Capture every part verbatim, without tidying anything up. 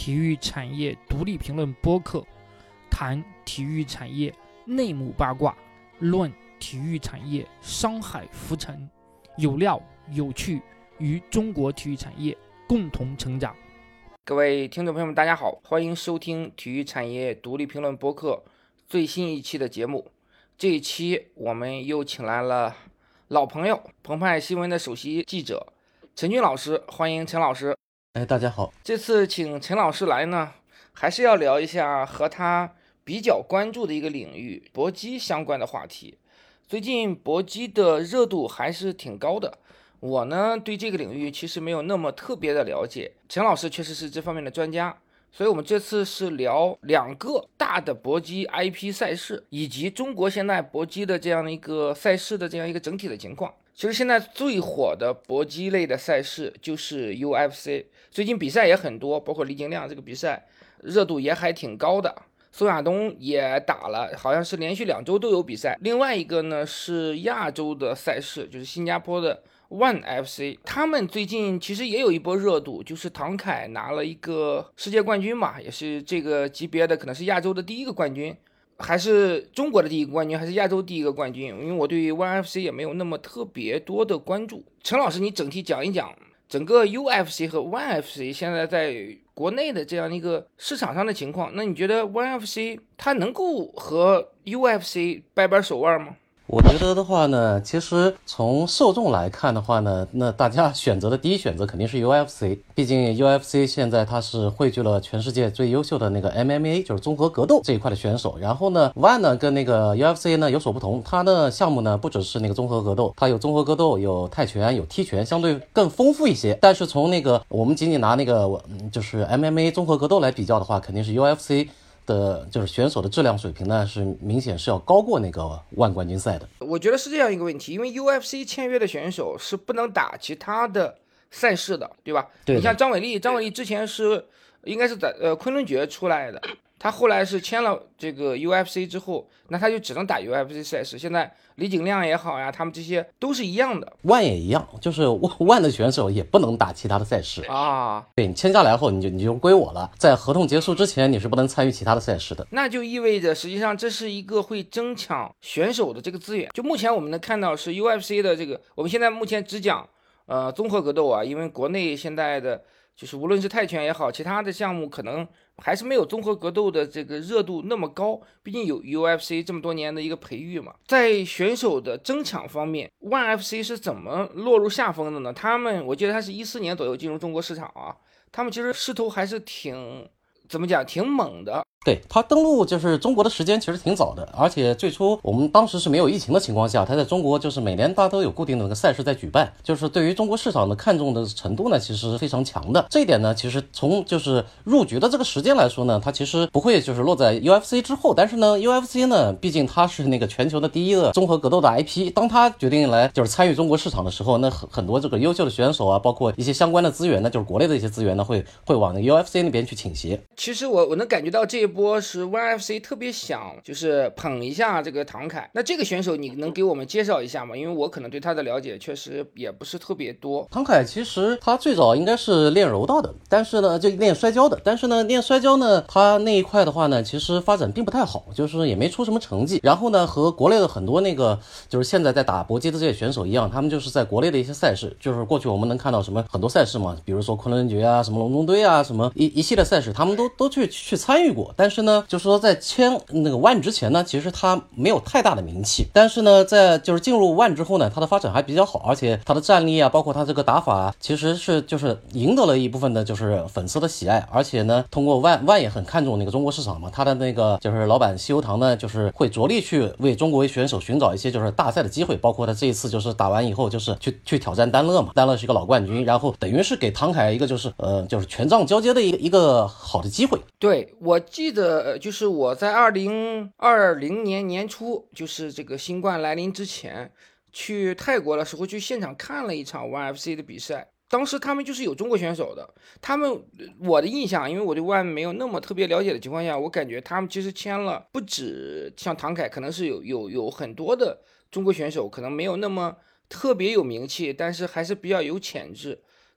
体育产业独立评论播客，谈体育产业内幕八卦，论体育产业商海浮沉，有料有趣，与中国体育产业共同成长。 各位听众朋友们大家好，欢迎收听体育产业独立评论播客最新一期的节目。这一期我们又请来了老朋友，澎湃新闻的首席记者陈军老师，欢迎陈老师。 哎，大家好。 这次请陈老师来呢，还是要聊一下和他比较关注的一个领域，搏击相关的话题。最近搏击的热度还是挺高的，我呢对这个领域其实没有那么特别的了解，陈老师确实是这方面的专家，所以我们这次是聊两个大的搏击 I P 赛事，以及中国现在搏击的这样的一个赛事的这样一个整体的情况。其实现在最火的搏击类的赛事就是 U F C， 最近比赛也很多，包括李景亮这个比赛热度也还挺高的，宋亚东也打了，好像是连续两周都有比赛。另外一个呢是亚洲的赛事，就是新加坡的 ONE F C， 他们最近其实也有一波热度，就是唐凯拿了一个世界冠军嘛，也是这个级别的，可能是亚洲的第一个冠军，还是中国的第一个冠军，还是亚洲第一个冠军，因为我对 ONE F C 也没有那么特别多的关注。陈老师，你整体讲一讲整个 U F C 和 ONE F C 现在在国内的这样一个市场上的情况，那你觉得 ONE F C 它能够和 U F C 掰掰手腕吗？ 我觉得的话呢，其实从受众来看的话呢，那大家选择的第一选择肯定是 U F C， 毕竟 U F C 现在它是汇聚了全世界最优秀的那个 M M A， 就是综合格斗这一块的选手。然后呢 ONE 呢跟那个 U F C 呢有所不同，它的项目呢不只是那个综合格斗，它有综合格斗，有泰拳，有踢拳，相对更丰富一些。但是从那个我们仅仅拿那个就是 M M A 综合格斗来比较的话，肯定是 U F C的就是选手的质量水平呢，是明显是要高过那个ONE冠军赛的。 我觉得是这样一个问题，因为 U F C 签约的选手是不能打其他的赛事的，对吧？ 对。 你像张伟丽，张伟丽之前是应该是在呃昆仑决出来的，他后来是签了这个 U F C 之后，那他就只能打 U F C 赛事。现在李景亮也好呀，他们这些都是一样的。 ONE也一样，就是 ONE 的选手也不能打其他的赛事啊。 对，你签下来后你就你就归我了，在合同结束之前你是不能参与其他的赛事的。 那就意味着实际上这是一个会争抢选手的这个资源。就目前我们能看到是 U F C 的这个，我们现在目前只讲呃综合格斗啊，因为国内现在的就是无论是泰拳也好，其他的项目可能还是没有综合格斗的这个热度那么高，毕竟有 U F C 这么多年的一个培育嘛。在选手的争抢方面 ONE F C 是怎么落入下风的呢？他们我记得他是一四年左右进入中国市场啊，他们其实势头还是挺怎么讲挺猛的。 对，他登陆就是中国的时间其实挺早的，而且最初我们当时是没有疫情的情况下，他在中国就是每年大家都有固定的那个赛事在举办，就是对于中国市场的看重的程度呢，其实非常强的。这一点呢，其实从就是入局的这个时间来说呢，它其实不会就是落在 U F C 之后，但是呢 U F C 呢，毕竟它是那个全球的第一个综合格斗的 I P， 当他决定来就是参与中国市场的时候，那很很多这个优秀的选手啊，包括一些相关的资源呢，就是国内的一些资源呢，会会往那个 U F C 那边去倾斜。 其实我我能感觉到这一波是 ONE F C 特别想就是捧一下这个唐凯，那这个选手你能给我们介绍一下吗？因为我可能对他的了解确实也不是特别多。 唐凯其实他最早应该是练柔道的，但是呢就练摔跤的，但是呢练摔跤呢他那一块的话呢其实发展并不太好，就是也没出什么成绩。然后呢和国内的很多那个就是现在在打搏击的这些选手一样，他们就是在国内的一些赛事，就是过去我们能看到什么很多赛事嘛，比如说昆仑决啊，什么龙中队啊，什么一一系列赛事他们都都去去参与过。但是呢就是说在签那个ONE之前呢，其实他没有太大的名气，但是呢在就是进入ONE之后呢，他的发展还比较好，而且他的战力啊，包括他这个打法啊，其实是就是赢得了一部分的就是粉丝的喜爱。而且呢通过ONE ONE也很看重那个中国市场嘛，他的那个就是老板西游堂呢，就是会着力去为中国选手寻找一些就是大赛的机会，包括他这一次就是打完以后就是去去挑战丹乐嘛，丹乐是一个老冠军，然后等于是给唐凯一个就是呃就是权杖交接的一个一个好的机会。 对，我记得就是我在二零二零年年初，就是这个新冠来临之前，去泰国的时候去现场看了一场 ONE F C 的比赛。当时他们就是有中国选手的，他们我的印象，因为我对ONE没有那么特别了解的情况下，我感觉他们其实签了不止像唐凯，可能是有有有很多的中国选手，可能没有那么特别有名气，但是还是比较有潜质。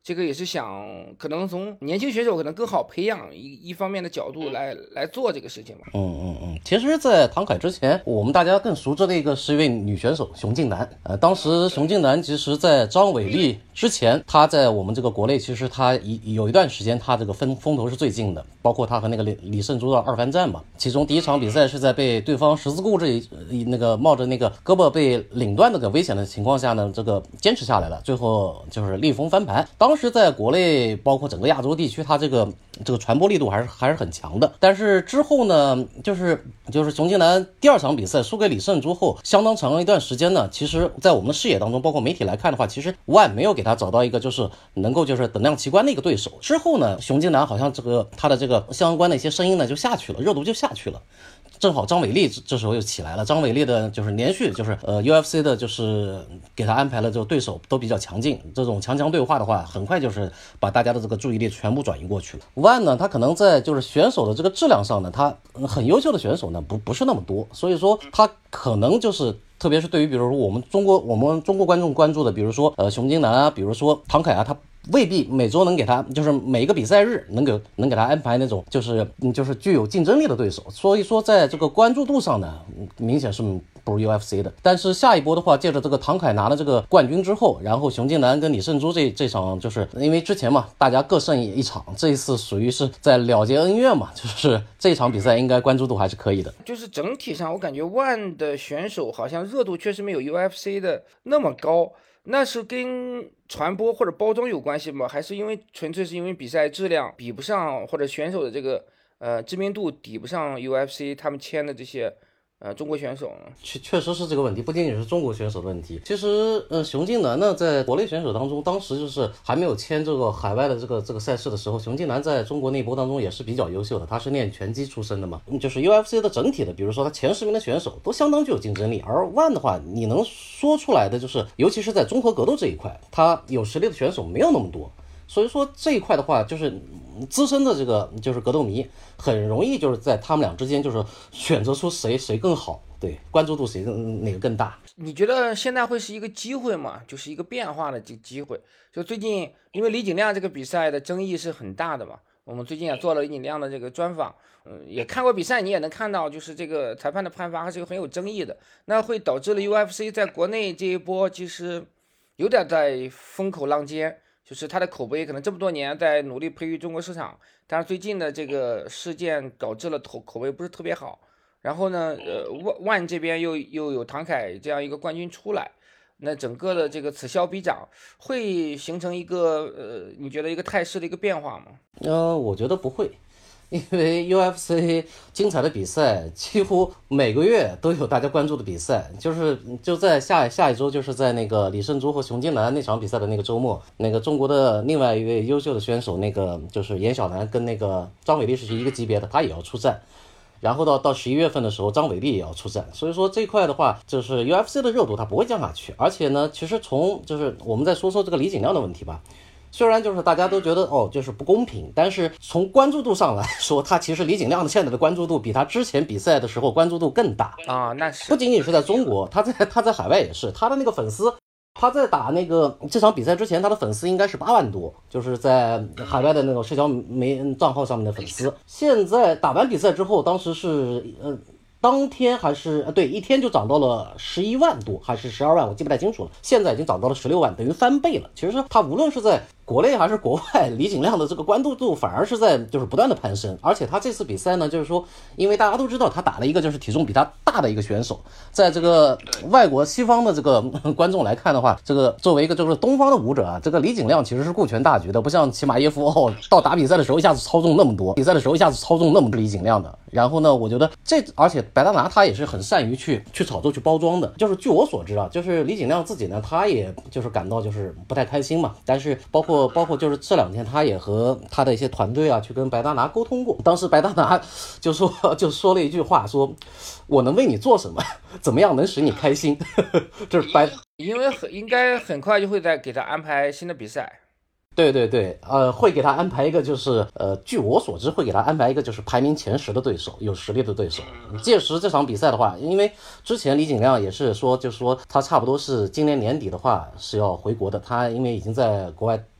这个也是想可能从年轻选手可能更好培养一一方面的角度来来做这个事情吧。 嗯嗯嗯，其实，在唐凯之前，我们大家更熟知的一个是一位女选手熊静南。呃，当时熊静南其实在张伟丽之前，她在我们这个国内，其实她一有一段时间，她这个风风头是最劲的，包括她和那个李李胜洙的二番战嘛。其中第一场比赛是在被对方十字固这一那个冒着那个胳膊被领断那个危险的情况下呢，这个坚持下来了，最后就是逆风翻盘。当时在国内，包括整个亚洲地区，它这个这个传播力度还是还是很强的。但是之后呢，就是就是熊静南第二场比赛输给李胜洙后，相当长一段时间呢，其实在我们的视野当中，包括媒体来看的话，其实万没有给他找到一个就是能够就是等量齐观的一个对手。之后呢，熊静南好像这个他的这个相关的一些声音呢就下去了，热度就下去了。正好张伟丽这时候又起来了，张伟丽的就是连续就是呃 U F C 的就是给他安排了，这个对手都比较强劲，这种强强对话的话，很快就是把大家的这个注意力全部转移过去了。万呢，他可能在就是选手的这个质量上呢，他很优秀的选手呢不不是那么多，所以说他可能就是特别是对于比如说我们中国我们中国观众关注的，比如说呃熊静南啊，比如说唐凯啊，他未必每周能给他，就是每一个比赛日能给能给他安排那种就是就是具有竞争力的对手，所以说在这个关注度上呢，明显是不如 U F C 的。但是下一波的话，借着这个唐凯拿了这个冠军之后，然后熊静南跟李胜洙这这场，就是因为之前嘛，大家各胜一场，这一次属于是在了结恩怨嘛，就是这场比赛应该关注度还是可以的。 就是整体上我感觉万的选手好像热度确实没有 U F C 的那么高。那是跟传播或者包装有关系吗？还是因为纯粹是因为比赛质量比不上，或者选手的这个呃知名度抵不上 U F C 他们签的这些呃中国选手呢？ 确确实是这个问题，不仅仅是中国选手的问题。其实呃熊静南呢，在国内选手当中，当时就是还没有签这个海外的这个这个赛事的时候，熊静南在中国内部当中也是比较优秀的，他是练拳击出身的嘛，就是 U F C 的整体的，比如说他前十名的选手都相当具有竞争力。而万的话，你能说出来的就是，尤其是在综合格斗这一块，他有实力的选手没有那么多。所以说这一块的话，就是资深的这个就是格斗迷很容易就是在他们俩之间就是选择出谁谁更好，对，关注度谁更哪个更大。 你觉得现在会是一个机会吗？就是一个变化的这个机会。就最近因为李景亮这个比赛的争议是很大的嘛，我们最近也做了李景亮的这个专访，嗯，也看过比赛，你也能看到，就是这个裁判的判罚还是一个很有争议的，那会导致了 U F C 在国内这一波其实有点在风口浪尖。就是他的口碑可能这么多年在努力培育中国市场，但是最近的这个事件导致了口口碑不是特别好。然后呢，呃，万万这边又又有唐凯这样一个冠军出来，那整个的这个此消彼长，会形成一个呃，你觉得一个态势的一个变化吗？ 呃，我觉得不会。因为 U F C 精彩的比赛几乎每个月都有大家关注的比赛，就是就在下下一周，就是在那个李胜洙和熊静南那场比赛的那个周末，那个中国的另外一位优秀的选手，那个就是严晓楠跟那个张伟丽是一个级别的，他也要出战。然后到到十一月份的时候，张伟丽也要出战，所以说这一块的话，就是 U F C 的热度它不会降下去。而且呢，其实从就是我们再说说这个李景亮的问题吧。虽然就是大家都觉得哦就是不公平，但是从关注度上来说，他其实李景亮的现在的关注度比他之前比赛的时候关注度更大啊。那是不仅仅是在中国，他在他在海外也是，他的那个粉丝，他在打那个这场比赛之前，他的粉丝应该是八万多，就是在海外的那种社交媒账号上面的粉丝。现在打完比赛之后，当时是呃。当天还是呃对一天就涨到了十一万多还是十二万，我记不太清楚了。现在已经涨到了十六万，等于翻倍了。其实他无论是在国内还是国外，李景亮的这个关注度反而是在就是不断的攀升。而且他这次比赛呢，就是说，因为大家都知道他打了一个就是体重比他大的一个选手，在这个外国西方的这个观众来看的话，这个作为一个就是东方的武者啊，这个李景亮其实是顾全大局的，不像齐马耶夫哦，到打比赛的时候一下子操纵那么多，比赛的时候一下子操纵那么多李景亮的。然后呢，我觉得这而且白大拿他也是很善于去去炒作去包装的。就是据我所知啊，就是李景亮自己呢，他也就是感到就是不太开心嘛。但是包括包括就是这两天他也和他的一些团队啊去跟白大拿沟通过。当时白大拿就说就说了一句话，说我能为你做什么，怎么样能使你开心。这是白， 因为很应该很快就会再给他安排新的比赛。 对对对，呃，会给他安排一个，就是呃，据我所知，会给他安排一个就是排名前十的对手，有实力的对手。届时这场比赛的话，因为之前李景亮也是说，就是说他差不多是今年年底的话是要回国的，他因为已经在国外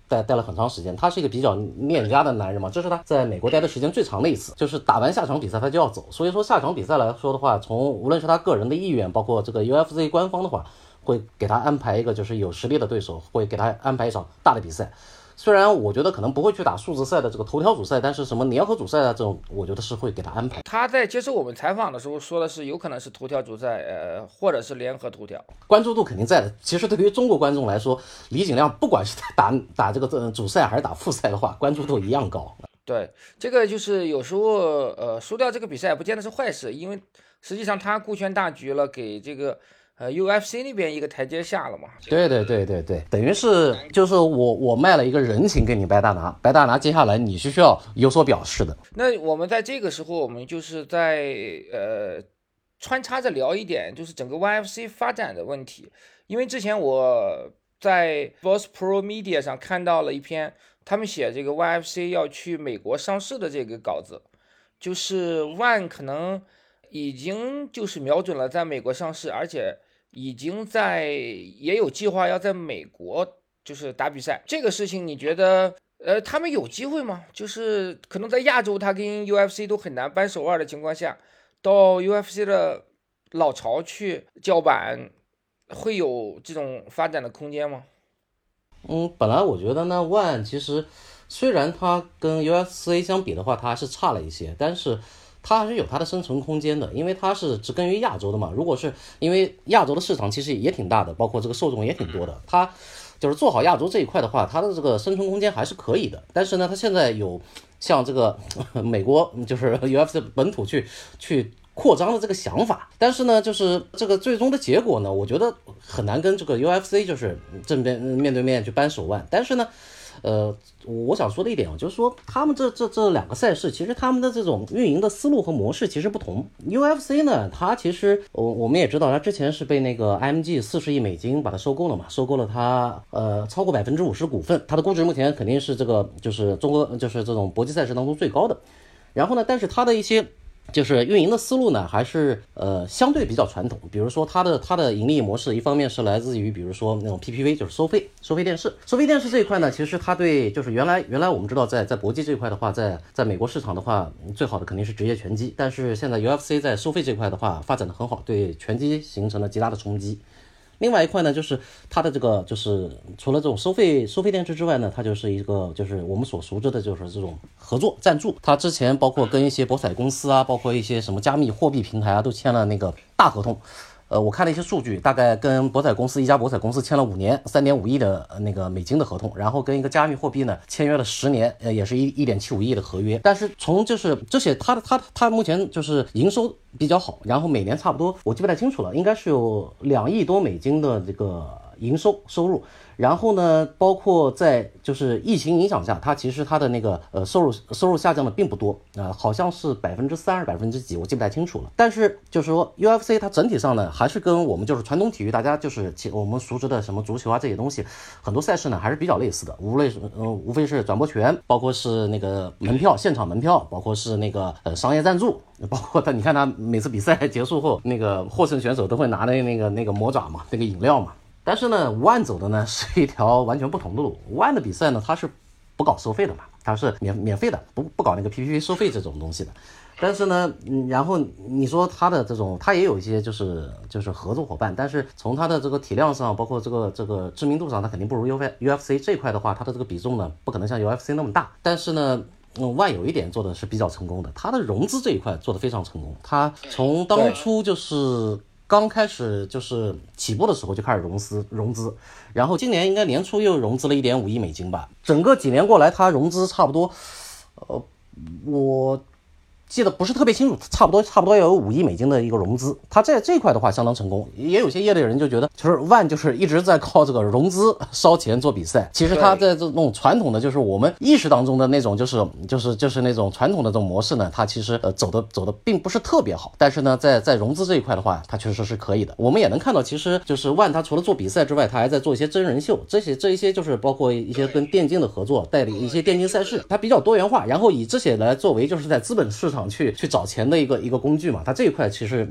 待待了很长时间，他是一个比较念家的男人嘛，这是他在美国待的时间最长的一次，就是打完下场比赛他就要走，所以说下场比赛来说的话，从无论是他个人的意愿，包括这个 U F C 官方的话，会给他安排一个就是有实力的对手，会给他安排一场大的比赛。虽然我觉得可能不会去打数字赛的这个头条主赛，但是什么联合主赛啊这种，我觉得是会给他安排。 他在接受我们采访的时候说的是，有可能是头条主赛，呃，或者是联合头条， 关注度肯定在的。其实对于中国观众来说，李景亮不管是打打这个主赛还是打复赛的话，关注度一样高。 对，这个就是有时候呃输掉这个比赛不见得是坏事，因为实际上他顾全大局了，给这个。呃 ，U F C 那边一个台阶下了嘛？ 对对对对对，等于是就是我我卖了一个人情给你白大拿，白大拿接下来你是需要有所表示的。 那我们在这个时候，我们就是在呃穿插着聊一点，就是整个 Y F C 发展的问题。因为之前我在 Boss Pro Media 上看到了一篇，他们写这个 Y F C 要去美国上市的这个稿子，就是 One 可能已经就是瞄准了在美国上市，而且。已经在也有计划要在美国就是打比赛，这个事情你觉得呃他们有机会吗？就是可能在亚洲他跟 U F C 都很难扳手腕的情况下，到 U F C 的老巢去叫板，会有这种发展的空间吗？ 嗯，本来我觉得呢 One 其实虽然它跟 U F C 相比的话它还是差了一些，但是它还是有它的生存空间的，因为它是植根于亚洲的嘛。如果是因为亚洲的市场其实也挺大的，包括这个受众也挺多的，它就是做好亚洲这一块的话，它的这个生存空间还是可以的。但是呢，它现在有像这个美国就是 U F C 本土去去扩张的这个想法，但是呢，就是这个最终的结果呢，我觉得很难跟这个 U F C 就是正面面对面去扳手腕。但是呢。呃，我想说的一点啊，就是说他们这这这两个赛事，其实他们的这种运营的思路和模式其实不同。U F C 呢，它其实我我们也知道，它之前是被那个 I M G 四十亿美金把它收购了嘛，收购了它呃超过百分之五十股份，它的估值目前肯定是这个就是中国就是这种搏击赛事当中最高的。然后呢，但是它的一些。就是运营的思路呢，还是呃相对比较传统。比如说它的它的盈利模式，一方面是来自于比如说那种 P P V， 就是收费收费电视。收费电视这一块呢，其实它对就是原来原来我们知道在在搏击这一块的话，在在美国市场的话，最好的肯定是职业拳击。但是现在 U F C 在收费这块的话发展的很好，对拳击形成了极大的冲击。另外一块呢，就是它的这个就是除了这种收费收费电视之外呢，它就是一个就是我们所熟知的就是这种合作赞助。它之前包括跟一些博彩公司啊，包括一些什么加密货币平台啊，都签了那个大合同。呃，我看了一些数据，大概跟博彩公司一家博彩公司签了五年三点五亿的那个美金的合同，然后跟一个加密货币呢签约了十年，呃，也是一一点七五亿的合约。但是从就是这些，它的它它目前就是营收比较好，然后每年差不多我记不太清楚了，应该是有两亿多美金的这个营收收入。然后呢，包括在就是疫情影响下，它其实它的那个呃收入收入下降的并不多啊、呃，好像是百分之三还是百分之几，我记不太清楚了。但是就是说 U F C 它整体上呢，还是跟我们就是传统体育，大家就是我们熟知的什么足球啊这些东西，很多赛事呢还是比较类似的，无论是嗯、呃、无非是转播权，包括是那个门票现场门票，包括是那个呃商业赞助，包括他你看他每次比赛结束后，那个获胜选手都会拿的那个那个魔爪嘛，那个饮料嘛。但是呢 One 走的呢是一条完全不同的路。One 的比赛呢，它是不搞收费的嘛，它是免免费的，不不搞那个 P P V 收费这种东西的。但是呢，嗯，然后你说它的这种，它也有一些就是就是合作伙伴，但是从它的这个体量上，包括这个这个知名度上，它肯定不如 U F C 这块的话，它的这个比重呢，不可能像 U F C 那么大。但是呢。嗯，One 有一点做的是比较成功的，它的融资这一块做的非常成功。它从当初就是刚开始就是起步的时候就开始融资融资，然后今年应该年初又融资了一点五亿美金吧。整个几年过来，它融资差不多，呃，我记得不是特别清楚，差不多差不多要有五亿美金的一个融资。它在这一块的话相当成功，也有些业内人就觉得，就是 One 就是一直在靠这个融资烧钱做比赛。其实它在这种传统的就是我们意识当中的那种就是就是就是那种传统的这种模式呢，它其实呃走的走的并不是特别好。但是呢，在在融资这一块的话，它确实是可以的。我们也能看到，其实就是 One 它除了做比赛之外，它还在做一些真人秀，这些这一些就是包括一些跟电竞的合作，代理一些电竞赛事，它比较多元化。然后以这些来作为就是在资本市场去去找钱的一个一个工具嘛，它这一块其实你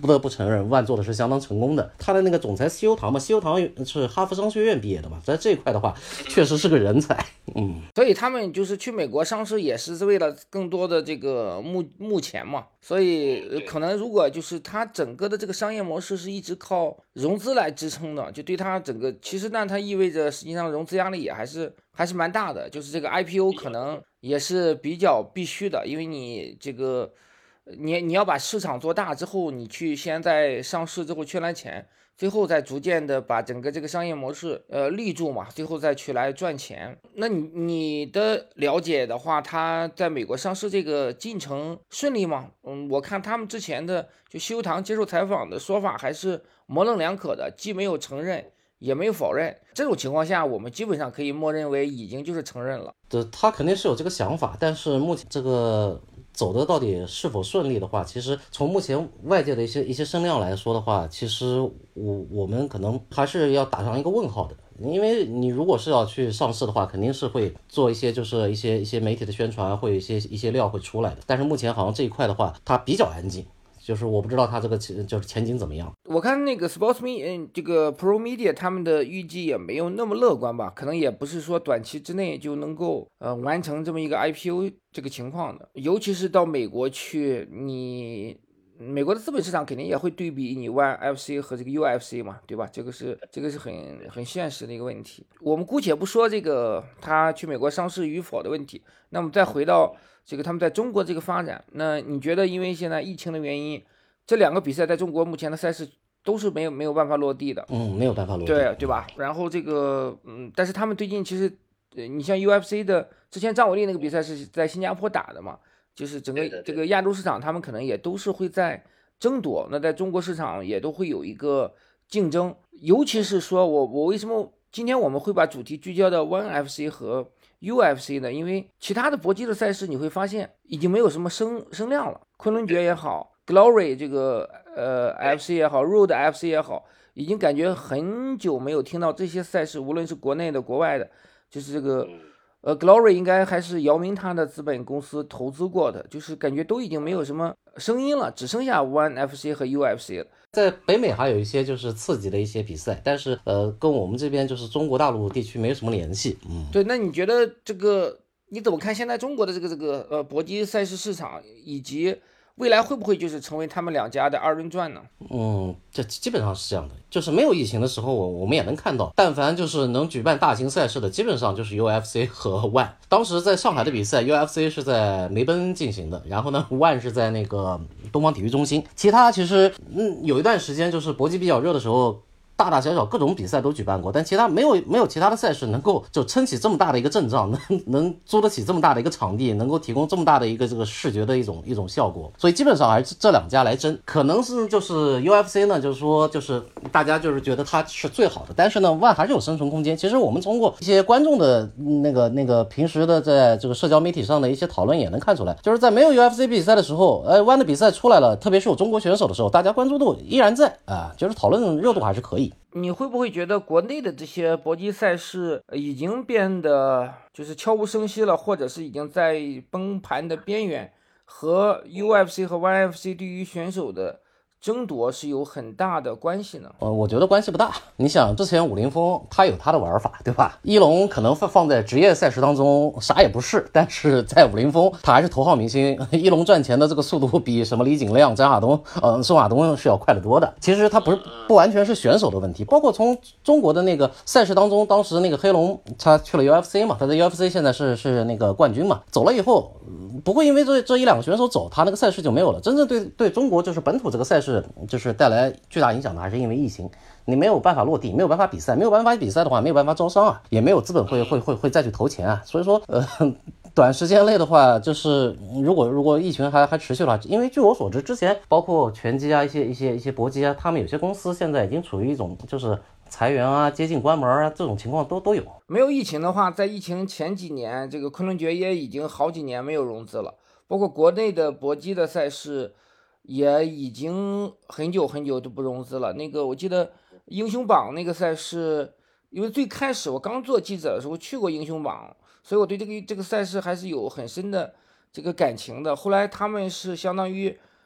不得不承认万做的是相当成功的。他的那个总裁西游堂嘛，西游堂是哈佛商学院毕业的嘛，在这一块的话确实是个人才。嗯， 所以他们就是去美国上市也是为了更多的这个目目前嘛，所以可能如果就是他整个的这个商业模式是一直靠融资来支撑的，就对他整个其实那它意味着实际上融资压力也还是还是蛮大的，就是这个 I P O 可能也是比较必须的，因为你这个你你要把市场做大之后，你去先在上市之后圈来钱，最后再逐渐的把整个这个商业模式呃立住嘛，最后再去来赚钱。那你你的了解的话，他在美国上市这个进程顺利吗？嗯，我看他们之前的就西游堂接受采访的说法还是模棱两可的，既没有承认也没有否认。这种情况下，我们基本上可以默认为已经就是承认了。 这他肯定是有这个想法，但是目前这个走的到底是否顺利的话，其实从目前外界的一些一些声量来说的话，其实我我们可能还是要打上一个问号的。因为你如果是要去上市的话，肯定是会做一些就是一些一些媒体的宣传，会有一些一些料会出来的。但是目前好像这一块的话，它比较安静。就是我不知道它这个就是前景怎么样。 我看那个 Sports Media 这个 Pro Media 他们的预计也没有那么乐观吧，可能也不是说短期之内就能够呃完成这么一个 I P O 这个情况的。尤其是到美国去，你美国的资本市场肯定也会对比你 Y F C 和这个 U F C 嘛，对吧？这个是这个是很很现实的一个问题。我们姑且不说这个他去美国上市与否的问题，那我们再回到这个他们在中国这个发展，那你觉得因为现在疫情的原因，这两个比赛在中国目前的赛事都是没有没有办法落地的？ 嗯，没有办法落地， 对对吧？然后这个嗯，但是他们最近其实，呃，你像 U F C 的之前张伟丽那个比赛是在新加坡打的嘛，就是整个这个亚洲市场他们可能也都是会在争夺，那在中国市场也都会有一个竞争，尤其是说我我为什么今天我们会把主题聚焦到 One F C 和U F C 呢？因为其他的搏击的赛事你会发现已经没有什么声声量了，昆仑决也好 ，Glory 这个呃 F C 也好 ，Road F C 也好，已经感觉很久没有听到这些赛事，无论是国内的、国外的，就是这个呃 Glory 应该还是姚明他的资本公司投资过的，就是感觉都已经没有什么声音了，只剩下 One F C 和 U F C 了。 在北美还有一些就是刺激的一些比赛，但是呃，跟我们这边就是中国大陆地区没有什么联系。嗯， 对，那你觉得这个你怎么看现在中国的这个这个呃搏击赛事市场，以及未来会不会就是成为他们两家的二人转呢？ 嗯，这基本上是这样的，就是没有疫情的时候，我我们也能看到，但凡就是能举办大型赛事的，基本上就是 U F C 和 One。当时在上海的比赛 ，U F C 是在梅奔进行的，然后呢 ，One 是在那个东方体育中心。其他其实嗯有一段时间就是搏击比较热的时候，大大小小各种比赛都举办过，但其他没有没有其他的赛事能够就撑起这么大的一个阵仗，能能租得起这么大的一个场地，能够提供这么大的一个这个视觉的一种一种效果，所以基本上还是这两家来争。可能是就是 U F C 呢，就是说就是大家就是觉得它是最好的，但是呢 One 还是有生存空间。其实我们通过一些观众的那个那个平时的在这个社交媒体上的一些讨论也能看出来，就是在没有 U F C 比赛的时候，呃 One 的比赛出来了，特别是有中国选手的时候，大家关注度依然在啊，就是讨论热度还是可以。 你会不会觉得国内的这些搏击赛事已经变得就是悄无声息了，或者是已经在崩盘的边缘，和 U F C 和 Y F C 对于选手的争夺是有很大的关系呢？ 呃，我觉得关系不大。你想，之前武林风他有他的玩法，对吧？一龙可能放放在职业赛事当中啥也不是，但是在武林风他还是头号明星。一龙赚钱的这个速度比什么李景亮、张亚东、呃宋亚东是要快得多的。其实他不是不完全是选手的问题，包括从中国的那个赛事当中，当时那个黑龙他去了 U F C 嘛，他在 U F C 现在是是那个冠军嘛，走了以后。不会因为这这一两个选手走，他那个赛事就没有了。真正对对中国就是本土这个赛事就是带来巨大影响的，还是因为疫情，你没有办法落地，没有办法比赛，没有办法比赛的话，没有办法招商啊，也没有资本会会会会再去投钱啊。所以说，呃，短时间内的话，就是如果如果疫情还还持续了，因为据我所知，之前包括拳击啊，一些一些一些搏击啊，他们有些公司现在已经处于一种就是裁员啊、接近关门啊这种情况都都有。 没有疫情的话，在疫情前几年，这个昆仑决也已经好几年没有融资了，包括国内的搏击的赛事也已经很久很久都不融资了。那个我记得英雄榜那个赛事，因为最开始我刚做记者的时候去过英雄榜，所以我对这个这个赛事还是有很深的这个感情的。后来他们是相当于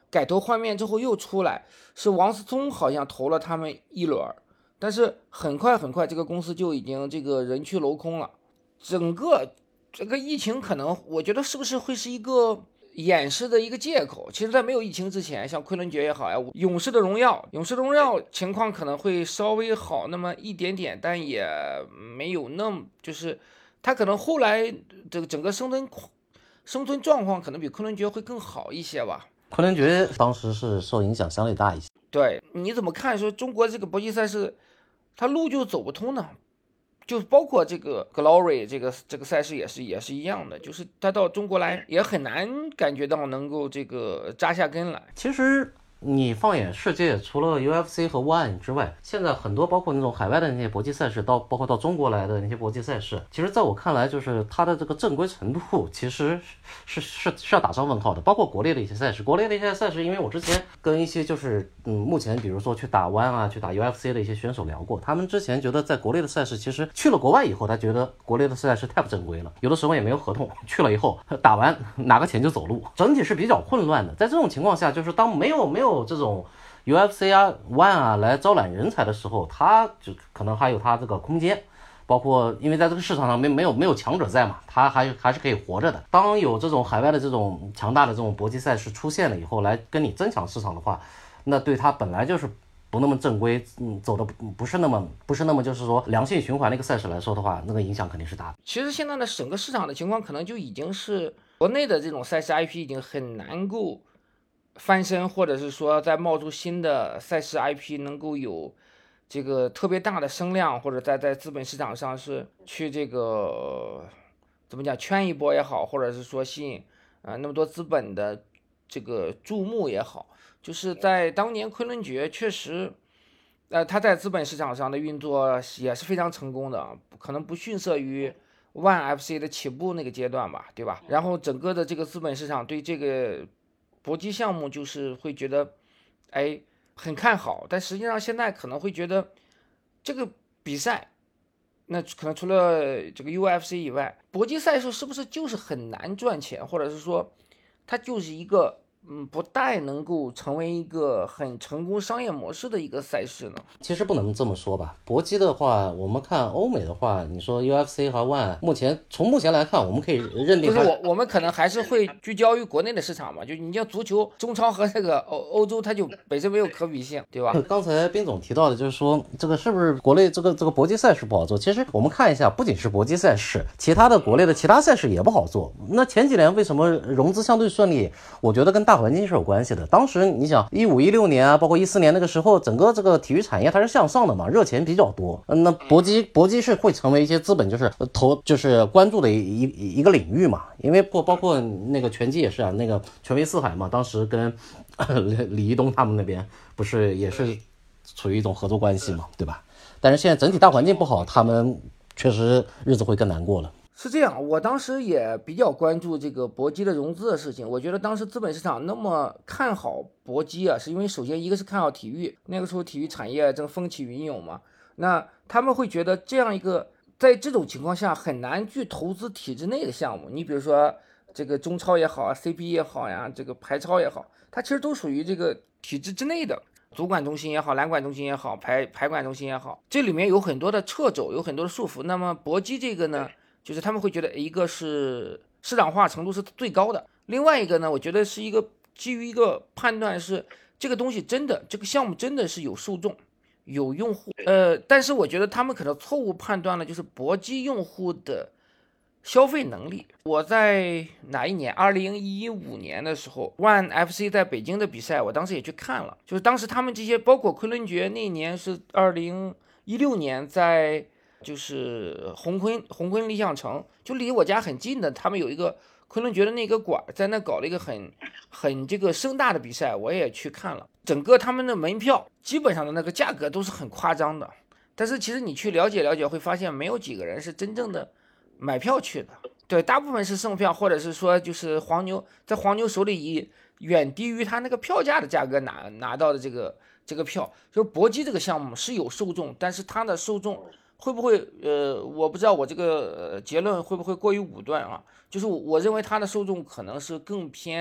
改头换面之后又出来，是王思聪好像投了他们一轮，但是很快很快这个公司就已经这个人去楼空了。整个这个疫情可能我觉得是不是会是一个掩饰的一个借口？其实在没有疫情之前，像昆仑决也好呀，勇士的荣耀勇士的荣耀情况可能会稍微好那么一点点，但也没有那么就是他可能后来这个整个生存生存状况可能比昆仑决会更好一些吧。 昆仑决当时是受影响相对大一些。 对，你怎么看说中国这个搏击赛事它路就走不通呢？就包括这个 Glory 这个这个赛事也是也是一样的，就是他到中国来也很难感觉到能够这个扎下根来。 其实你放眼世界，除了 U F C 和 ONE 之外，现在很多包括那种海外的那些搏击赛事，到包括到中国来的那些搏击赛事，其实在我看来，就是它的这个正规程度，其实是是是要打上问号的。包括国内的一些赛事，国内的一些赛事，因为我之前跟一些就是嗯，目前比如说去打 ONE 啊，去打 U F C 的一些选手聊过，他们之前觉得在国内的赛事，其实去了国外以后，他觉得国内的赛事太不正规了，有的时候也没有合同，去了以后打完拿个钱就走路，整体是比较混乱的。在这种情况下，就是当没有没有这种 U F C 啊 ONE 啊来招揽人才的时候，他就可能还有他这个空间，包括因为在这个市场上没没有没有强者在嘛，他还还是可以活着的。当有这种海外的这种强大的这种搏击赛事出现了以后，来跟你争抢市场的话，那对他本来就是不那么正规，嗯，走的不是那么不是那么就是说良性循环的一个赛事来说的话，那个影响肯定是大的。 其实现在的整个市场的情况，可能就已经是国内的这种赛事 I P 已经很难够翻身，或者是说再冒出新的赛事 I P 能够有这个特别大的声量，或者在在资本市场上是去这个怎么讲圈一波也好，或者是说吸引啊、呃、那么多资本的这个注目也好，就是在当年昆仑决确实，呃，他在资本市场上的运作也是非常成功的，可能不逊色于 ONE F C 的起步那个阶段吧，对吧？然后整个的这个资本市场对这个搏击项目就是会觉得，哎，很看好，但实际上现在可能会觉得这个比赛，那可能除了这个 U F C 以外，搏击赛事是不是就是很难赚钱，或者是说它就是一个嗯不太能够成为一个很成功商业模式的一个赛事呢？ 其实不能这么说吧，搏击的话，我们看欧美的话，你说 U F C 和 ONE， 目前从目前来看，我们可以认定就是我我们可能还是会聚焦于国内的市场嘛，就你像足球中超和这个欧欧洲，它就本身没有可比性，对吧？ 刚才斌总提到的，就是说这个是不是国内这个这个搏击赛事不好做？其实我们看一下，不仅是搏击赛事，其他的国内的其他赛事也不好做。那前几年为什么融资相对顺利？我觉得跟大环境是有关系的。当时你想一五一六年啊，包括一四年那个时候，整个这个体育产业它是向上的嘛，热钱比较多。嗯，那搏击搏击是会成为一些资本就是投就是关注的一一一个领域嘛。因为包包括那个拳击也是啊，那个拳威四海嘛，当时跟李一东他们那边不是也是处于一种合作关系嘛，对吧？但是现在整体大环境不好，他们确实日子会更难过了。 是这样，我当时也比较关注这个搏击的融资的事情。我觉得当时资本市场那么看好搏击啊，是因为首先一个是看好体育，那个时候体育产业正风起云涌嘛，那他们会觉得这样一个在这种情况下很难去投资体制内的项目。你比如说这个中超也好啊 ，C P 也好呀，这个排超也好，它其实都属于这个体制之内的。足管中心也好，篮管中心也好，排排管中心也好，这里面有很多的掣肘，有很多的束缚。那么搏击这个呢？就是他们会觉得一个是市场化程度是最高的，另外一个呢，我觉得是一个基于一个判断是这个东西真的这个项目真的是有受众有用户，呃，但是我觉得他们可能错误判断了就是搏击用户的消费能力。我在哪一年？二零一五年的时候 ，ONE F C 在北京的比赛，我当时也去看了，就是当时他们这些包括昆仑决那一年是二零一六年在。就是红坤红坤理想城，就离我家很近的，他们有一个昆仑决的那个馆，在那搞了一个很很这个盛大的比赛，我也去看了。整个他们的门票基本上的那个价格都是很夸张的，但是其实你去了解了解，会发现没有几个人是真正的买票去的。对，大部分是剩票，或者是说就是黄牛在黄牛手里以远低于他那个票价的价格拿拿到的这个这个票。就是搏击这个项目是有受众，但是它的受众。会不会呃，我不知道我这个、呃、结论会不会过于武断啊？就是我认为它的受众可能是更偏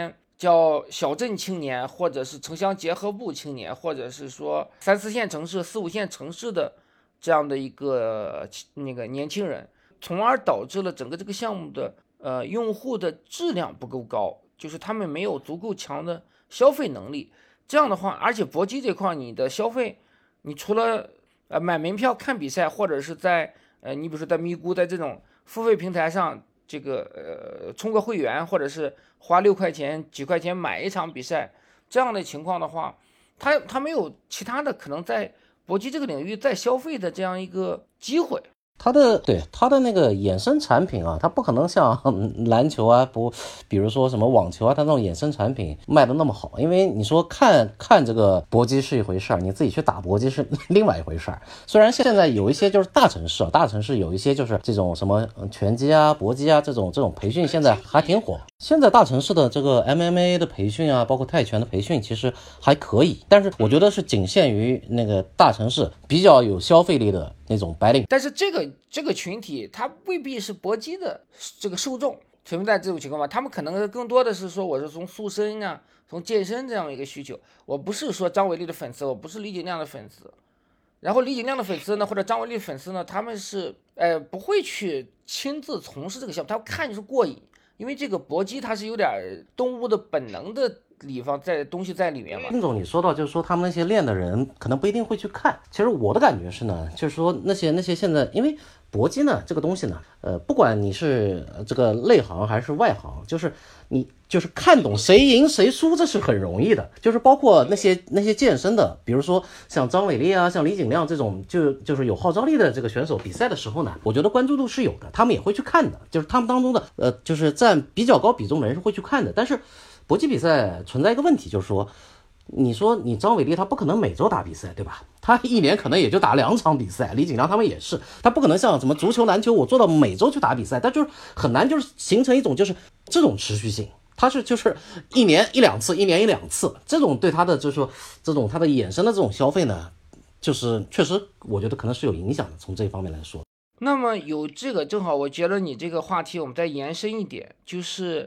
叫小镇青年，或者是城乡结合部青年，或者是说三四线城市、四五线城市的这样的一个那个年轻人，从而导致了整个这个项目的呃用户的质量不够高，就是他们没有足够强的消费能力。这样的话，而且搏击这块你的消费，你除了呃买门票看比赛，或者是在呃你比如说在咪咕在这种付费平台上。这个呃，充个会员，或者是花六块钱、几块钱买一场比赛，这样的情况的话，他他没有其他的可能在搏击这个领域再消费的这样一个机会。 它的对它的那个衍生产品啊，它不可能像篮球啊，不，比如说什么网球啊，它那种衍生产品卖的那么好。因为你说看看这个搏击是一回事儿，你自己去打搏击是另外一回事儿。虽然现在有一些就是大城市，大城市有一些就是这种什么拳击啊、搏击啊这种这种培训，现在还挺火。现在大城市的这个 M M A 的培训啊，包括泰拳的培训，其实还可以，但是我觉得是仅限于那个大城市比较有消费力的那种白领。 但是这个这个群体，他未必是搏击的这个受众，存在这种情况吧？他们可能更多的是说，我是从塑身啊，从健身这样一个需求。我不是说张伟丽的粉丝，我不是李景亮的粉丝。然后李景亮的粉丝呢，或者张伟丽的粉丝呢，他们是呃不会去亲自从事这个项目，他看就是过瘾。因为这个搏击它是有点动物的本能的地方在东西在里面嘛。 丁总，你说到就是说他们那些练的人可能不一定会去看。其实我的感觉是呢，就是说那些那些现在因为搏击呢这个东西呢，呃，不管你是这个内行还是外行，就是你就是看懂谁赢谁输，这是很容易的。就是包括那些那些健身的，比如说像张伟丽啊、像李景亮这种就就是有号召力的这个选手，比赛的时候呢，我觉得关注度是有的，他们也会去看的。就是他们当中的呃，就是占比较高比重的人是会去看的。但是搏击比赛存在一个问题，就是说。你说你张伟丽他不可能每周打比赛，对吧？他一年可能也就打两场比赛，李景亮他们也是，他不可能像什么足球、篮球，我做到每周去打比赛，但就是很难，就是形成一种就是这种持续性。他是就是一年一两次，一年一两次，这种对他的就是说这种他的衍生的这种消费呢，就是确实我觉得可能是有影响的，从这方面来说。 那么有这个正好，我觉得你这个话题我们再延伸一点，就是。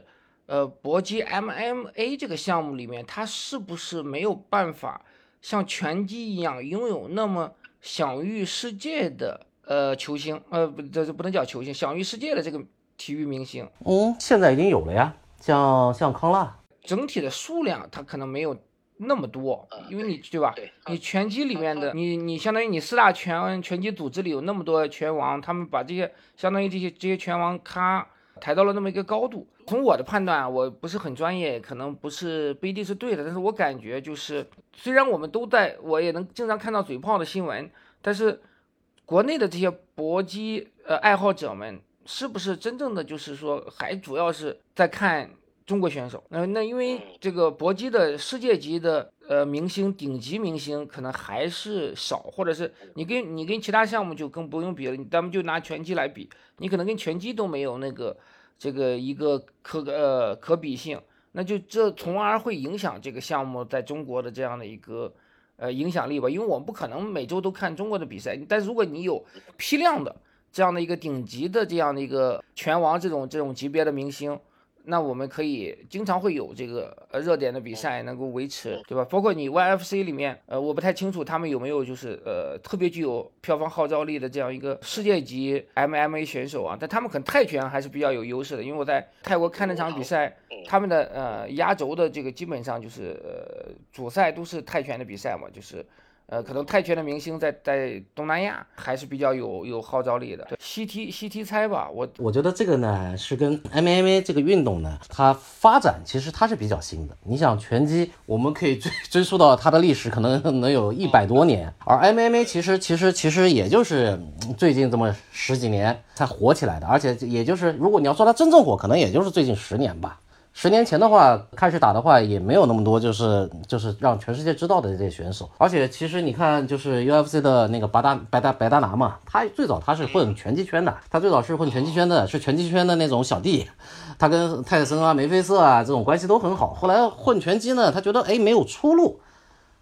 呃，搏击 M M A 这个项目里面，它是不是没有办法像拳击一样拥有那么享誉世界的呃球星？呃，不，这这不能叫球星，享誉世界的这个体育明星。 嗯，现在已经有了呀，像像康纳， 整体的数量它可能没有那么多，因为你对吧？你拳击里面的你你相当于你四大拳拳击组织里有那么多拳王，他们把这些相当于这些这些拳王咔抬到了那么一个高度。从我的判断，我不是很专业，可能不是不一定是对的，但是我感觉就是，虽然我们都在，我也能经常看到嘴炮的新闻，但是国内的这些搏击呃爱好者们，是不是真正的就是说，还主要是在看中国选手？那、呃、那因为这个搏击的世界级的呃明星、顶级明星可能还是少，或者是你跟你跟其他项目就更不用比了，你咱们就拿拳击来比，你可能跟拳击都没有那个。这个一个可呃可比性，那就这从而会影响这个项目在中国的这样的一个呃影响力吧。因为我们不可能每周都看中国的比赛，但是如果你有批量的这样的一个顶级的这样的一个拳王这种这种级别的明星，那我们可以经常会有这个呃热点的比赛能够维持，对吧？包括你 Y F C 里面，呃，我不太清楚他们有没有就是呃特别具有票房号召力的这样一个世界级 M M A 选手啊，但他们可能泰拳还是比较有优势的，因为我在泰国看那场比赛，他们的呃压轴的这个基本上就是呃主赛都是泰拳的比赛嘛，就是。呃，可能泰拳的明星在在东南亚还是比较有有号召力的。西踢西踢猜吧，我我觉得这个呢是跟 M M A 这个运动呢，它发展其实它是比较新的。你想拳击，我们可以追追溯到它的历史，可能能有一百多年，而 M M A 其实其实其实也就是最近这么十几年才火起来的，而且也就是如果你要说它真正火，可能也就是最近十年吧。十年前的话，开始打的话也没有那么多，就是就是让全世界知道的这些选手。而且其实你看，就是 U F C 的那个白大白大白大拿嘛，他最早他是混拳击圈的，他最早是混拳击圈的，是拳击圈的那种小弟。他跟泰森啊、梅菲瑟啊这种关系都很好。后来混拳击呢，他觉得哎没有出路，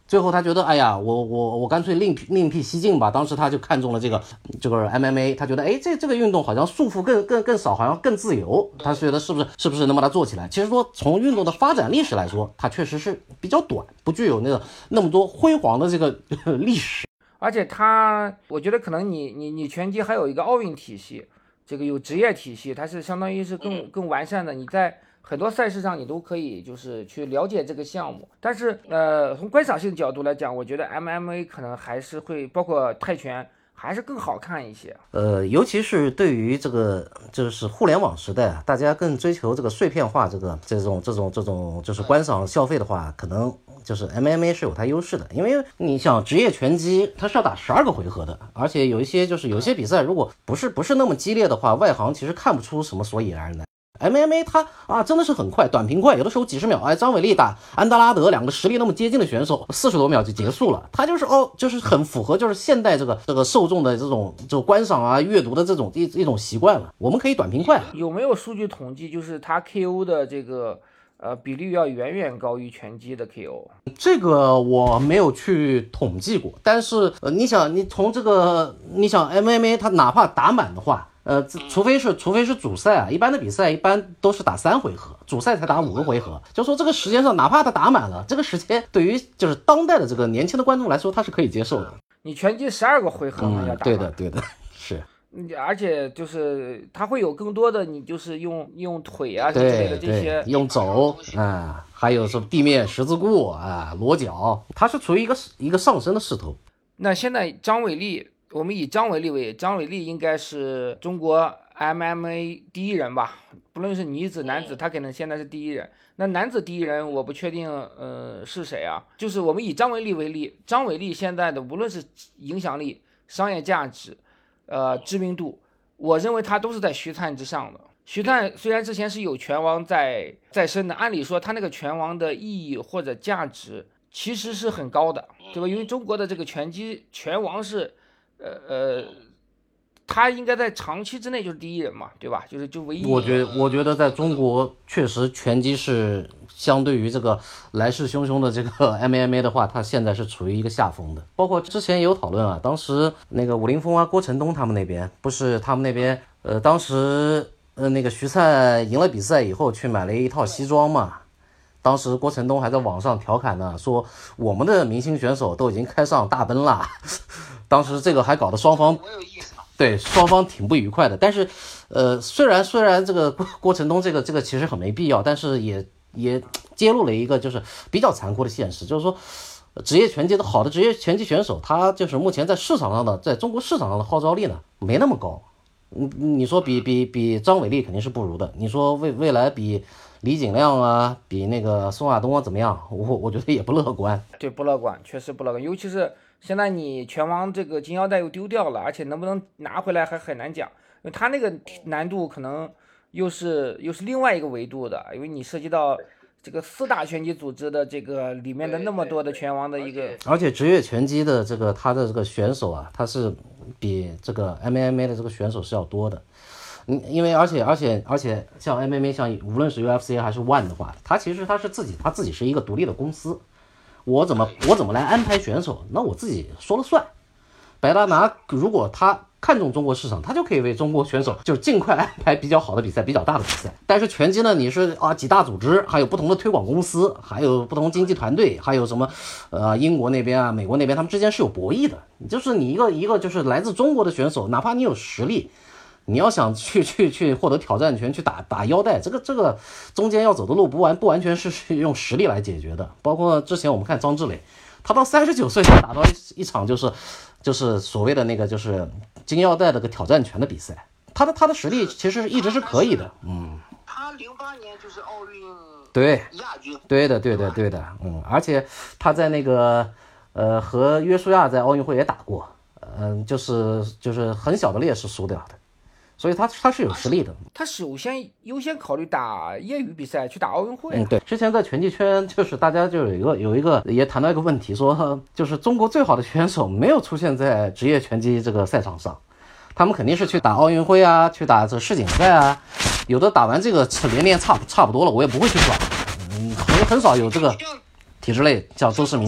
最后他觉得，哎呀，我我我干脆另另辟蹊径吧。当时他就看中了这个这个 M M A， 他觉得，哎，这这个运动好像束缚更更更少，好像更自由。他觉得是不是是不是能把它做起来？其实说从运动的发展历史来说，它确实是比较短，不具有那个那么多辉煌的这个历史。 而且它，我觉得可能你你你拳击还有一个奥运体系，这个有职业体系，它是相当于是更更完善的。你在很多赛事上你都可以就是去了解这个项目，但是呃从观赏性角度来讲，我觉得 M M A 可能还是会包括泰拳还是更好看一些。 呃，尤其是对于这个就是互联网时代啊，大家更追求这个碎片化，这个这种这种这种就是观赏消费的话，可能就是 M M A 是有它优势的。因为你想职业拳击它是要打十二个回合的，而且有一些就是有些比赛如果不是不是那么激烈的话，外行其实看不出什么所以然来。M M A 它啊真的是很快，短平快，有的时候几十秒，哎，张伟丽打安德拉德，两个实力那么接近的选手，四十多秒就结束了。它就是哦，就是很符合就是现代这个这个受众的这种就观赏啊、阅读的这种一一种习惯了。我们可以短平快。 有没有数据统计，就是它 K O 的这个呃比例要远远高于拳击的 K O？ 这个我没有去统计过，但是呃，你想你从这个你想 M M A 它哪怕打满的话。呃，除非是除非是主赛啊，一般的比赛一般都是打三回合，主赛才打五个回合。就说这个时间上，哪怕他打满了，这个时间对于就是当代的这个年轻的观众来说，他是可以接受的。 你拳击十二个回合嘛、嗯、要打， 对的对的，是。 而且就是它会有更多的，你就是用用腿啊之类的这些， 用肘啊，还有什么地面十字固啊、裸脚，它是处于一个一个上升的势头。 那现在张伟丽。我们以张伟丽为，张伟丽应该是中国 M M A 第一人吧，不论是女子男子，他可能现在是第一人。那男子第一人我不确定，呃是谁啊？就是我们以张伟丽为例，张伟丽现在的无论是影响力、商业价值、呃知名度，我认为他都是在徐灿之上的。徐灿虽然之前是有拳王在在身的，按理说他那个拳王的意义或者价值其实是很高的，对吧？因为中国的这个拳击拳王是。呃呃，他应该在长期之内就是第一人嘛，对吧？就是就唯一。 我觉得，我觉得在中国确实拳击是相对于这个来势汹汹的这个 M M A 的话，它现在是处于一个下风的。包括之前也有讨论啊，当时那个武林风啊、郭成东他们那边，不是他们那边呃，当时呃那个徐灿赢了比赛以后去买了一套西装嘛。当时郭成东还在网上调侃呢，说我们的明星选手都已经开上大奔了。当时这个还搞得双方对双方挺不愉快的。但是，呃，虽然虽然这个郭郭成东这个这个其实很没必要，但是也也揭露了一个就是比较残酷的现实，就是说，职业拳击的好的职业拳击选手，他就是目前在市场上的在中国市场上的号召力呢没那么高。你你说比比比张伟丽肯定是不如的，你说未未来比。李景亮啊，比那个宋亚东啊怎么样？我我觉得也不乐观。 对，不乐观，确实不乐观。尤其是现在你拳王这个金腰带又丢掉了，而且能不能拿回来还很难讲，因为他那个难度可能又是又是另外一个维度的，因为你涉及到这个四大拳击组织的这个里面的那么多的拳王的一个， 而且职业拳击的这个他的这个选手啊，他是比这个 M M A 的这个选手是要多的。嗯，因为而且而且而且像 M M A 像无论是 U F C 还是 ONE 的话，它其实它是自己它自己是一个独立的公司，我怎么我怎么来安排选手，那我自己说了算。白大拿如果他看中中国市场，他就可以为中国选手就是尽快安排比较好的比赛，比较大的比赛。但是拳击呢，你是啊几大组织，还有不同的推广公司，还有不同经纪团队，还有什么呃英国那边啊、美国那边，他们之间是有博弈的。就是你一个一个就是来自中国的选手，哪怕你有实力。你要想去去去获得挑战权，去打打腰带，这个这个中间要走的路不完不完全是用实力来解决的。包括之前我们看张志磊，他到三十九岁才打到一一场就是就是所谓的那个就是金腰带的个挑战权的比赛，他的他的实力其实一直是可以的。嗯， 他零八年就是奥运对亚军， 对的对的对的，嗯，而且他在那个呃和约书亚在奥运会也打过，嗯、呃，就是就是很小的劣势输掉的。所以他他是有实力的， 他首先优先考虑打业余比赛，去打奥运会、啊。 嗯，对。之前在拳击圈，就是大家就有一个有一个也谈到一个问题，说就是中国最好的选手没有出现在职业拳击这个赛场上，他们肯定是去打奥运会啊，去打这世锦赛啊，有的打完这个连练差差不多了，我也不会去耍。嗯，很很少有这个体制内像周世明这样。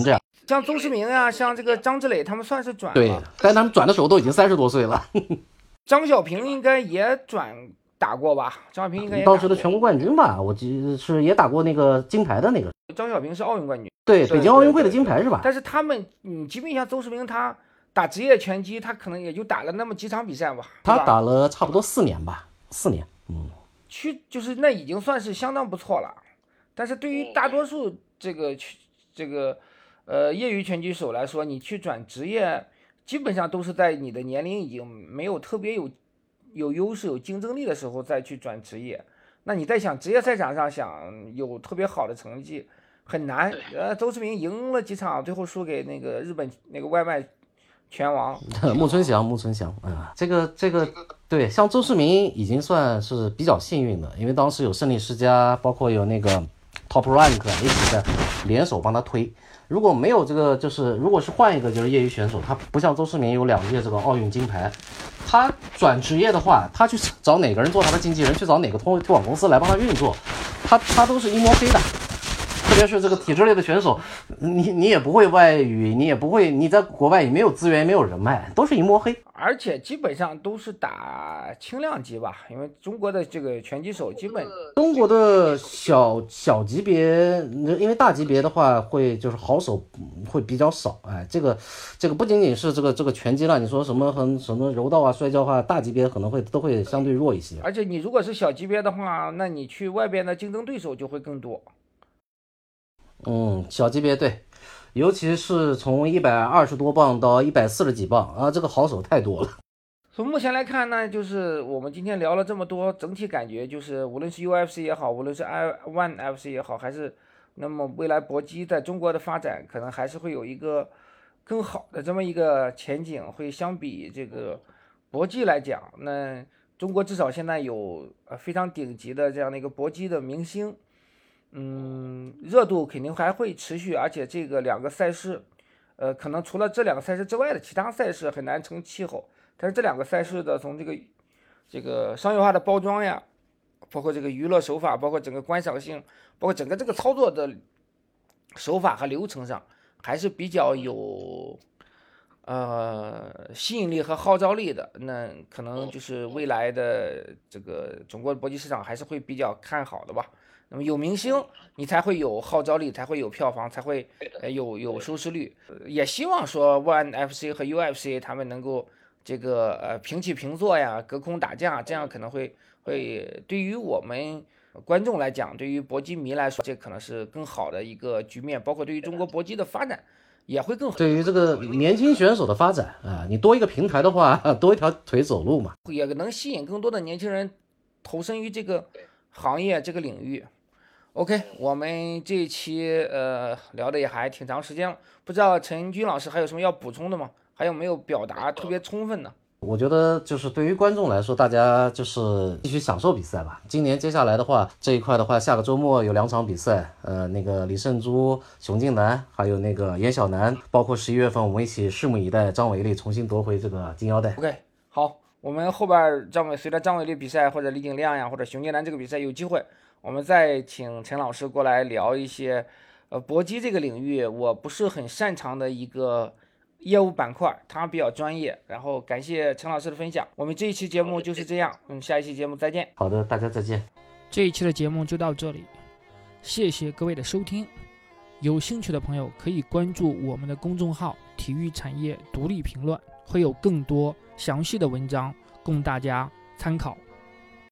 像邹市明呀、像这个张志磊他们算是转了， 对，但他们转的时候都已经三十多岁了。 张小平应该也转打过吧？张小平应该也打过当时的全国冠军吧，我记得是也打过那个金牌的那个。 张小平是奥运冠军， 对， 对北京奥运会的金牌是吧？ 但是他们，你即便像邹市明他打职业拳击，他可能也就打了那么几场比赛吧。 他打了差不多四年吧，四年，嗯， 去就是那已经算是相当不错了。但是对于大多数这个这个呃业余拳击手来说，你去转职业，基本上都是在你的年龄已经没有特别有有优势、有竞争力的时候再去转职业。那你在想职业赛场上想有特别好的成绩很难。呃，邹市明赢了几场，最后输给那个日本那个外卖拳王木村翔，木村翔啊，这个这个对，像邹市明已经算是比较幸运的，因为当时有胜利世家，包括有那个 Top Rank 一起在联手帮他推。如果没有这个，就是如果是换一个就是业余选手，他不像邹市明有两届这个奥运金牌，他转职业的话，他去找哪个人做他的经纪人，去找哪个推推广公司来帮他运作，他他都是一摸黑的。特别是这个体制类的选手，你你也不会外语，你也不会，你在国外也没有资源，也没有人脉，都是一摸黑。 而且基本上都是打轻量级吧，因为中国的这个拳击手基本中国的小小级别，因为大级别的话会就是好手会比较少，哎，这个这个不仅仅是这个这个拳击了，你说什么很什么柔道啊、摔跤啊，大级别可能会都会相对弱一些。 而且你如果是小级别的话，那你去外边的竞争对手就会更多。 嗯，小级别对，尤其是从一百二十多磅到一百四十几磅啊，这个好手太多了。 从目前来看呢，就是我们今天聊了这么多，整体感觉就是无论是 U F C 也好，无论是 I ONE F C 也好，还是那么未来搏击在中国的发展，可能还是会有一个更好的这么一个前景，会相比这个搏击来讲，那中国至少现在有呃非常顶级的这样的一个搏击的明星。嗯，热度肯定还会持续，而且这个两个赛事，呃，可能除了这两个赛事之外的其他赛事很难成气候。但是这两个赛事的从这个这个商业化的包装呀，包括这个娱乐手法，包括整个观赏性，包括整个这个操作的手法和流程上，还是比较有呃吸引力和号召力的。那可能就是未来的这个中国搏击市场还是会比较看好的吧。那么有明星，你才会有号召力，才会有票房，才会呃有有收视率。呃也希望说 ONE F C 和 U F C 他们能够这个呃平起平坐呀，隔空打架，这样可能会会对于我们观众来讲，对于搏击迷来说，这可能是更好的一个局面，包括对于中国搏击的发展也会更好。 对于这个年轻选手的发展啊，你多一个平台的话，多一条腿走路嘛， 也能吸引更多的年轻人投身于这个行业这个领域。OK， 我们这一期呃聊的也还挺长时间了，不知道陈军老师还有什么要补充的吗？还有没有表达特别充分呢？ 我觉得就是对于观众来说，大家就是继续享受比赛吧。今年接下来的话，这一块的话，下个周末有两场比赛，呃，那个李胜洙、熊静南，还有那个严晓楠，包括十一月份我们一起拭目以待张伟丽重新夺回这个金腰带。 OK， 好，我们后边张伟随着张伟丽比赛或者李景亮呀，或者熊静南这个比赛有机会，我们再请陈老师过来聊一些，呃，搏击这个领域我不是很擅长的一个业务板块，他比较专业。然后感谢陈老师的分享，我们这一期节目就是这样，嗯，下一期节目再见。 好的，大家再见。 这一期的节目就到这里，谢谢各位的收听。有兴趣的朋友可以关注我们的公众号“体育产业独立评论”，会有更多详细的文章供大家参考。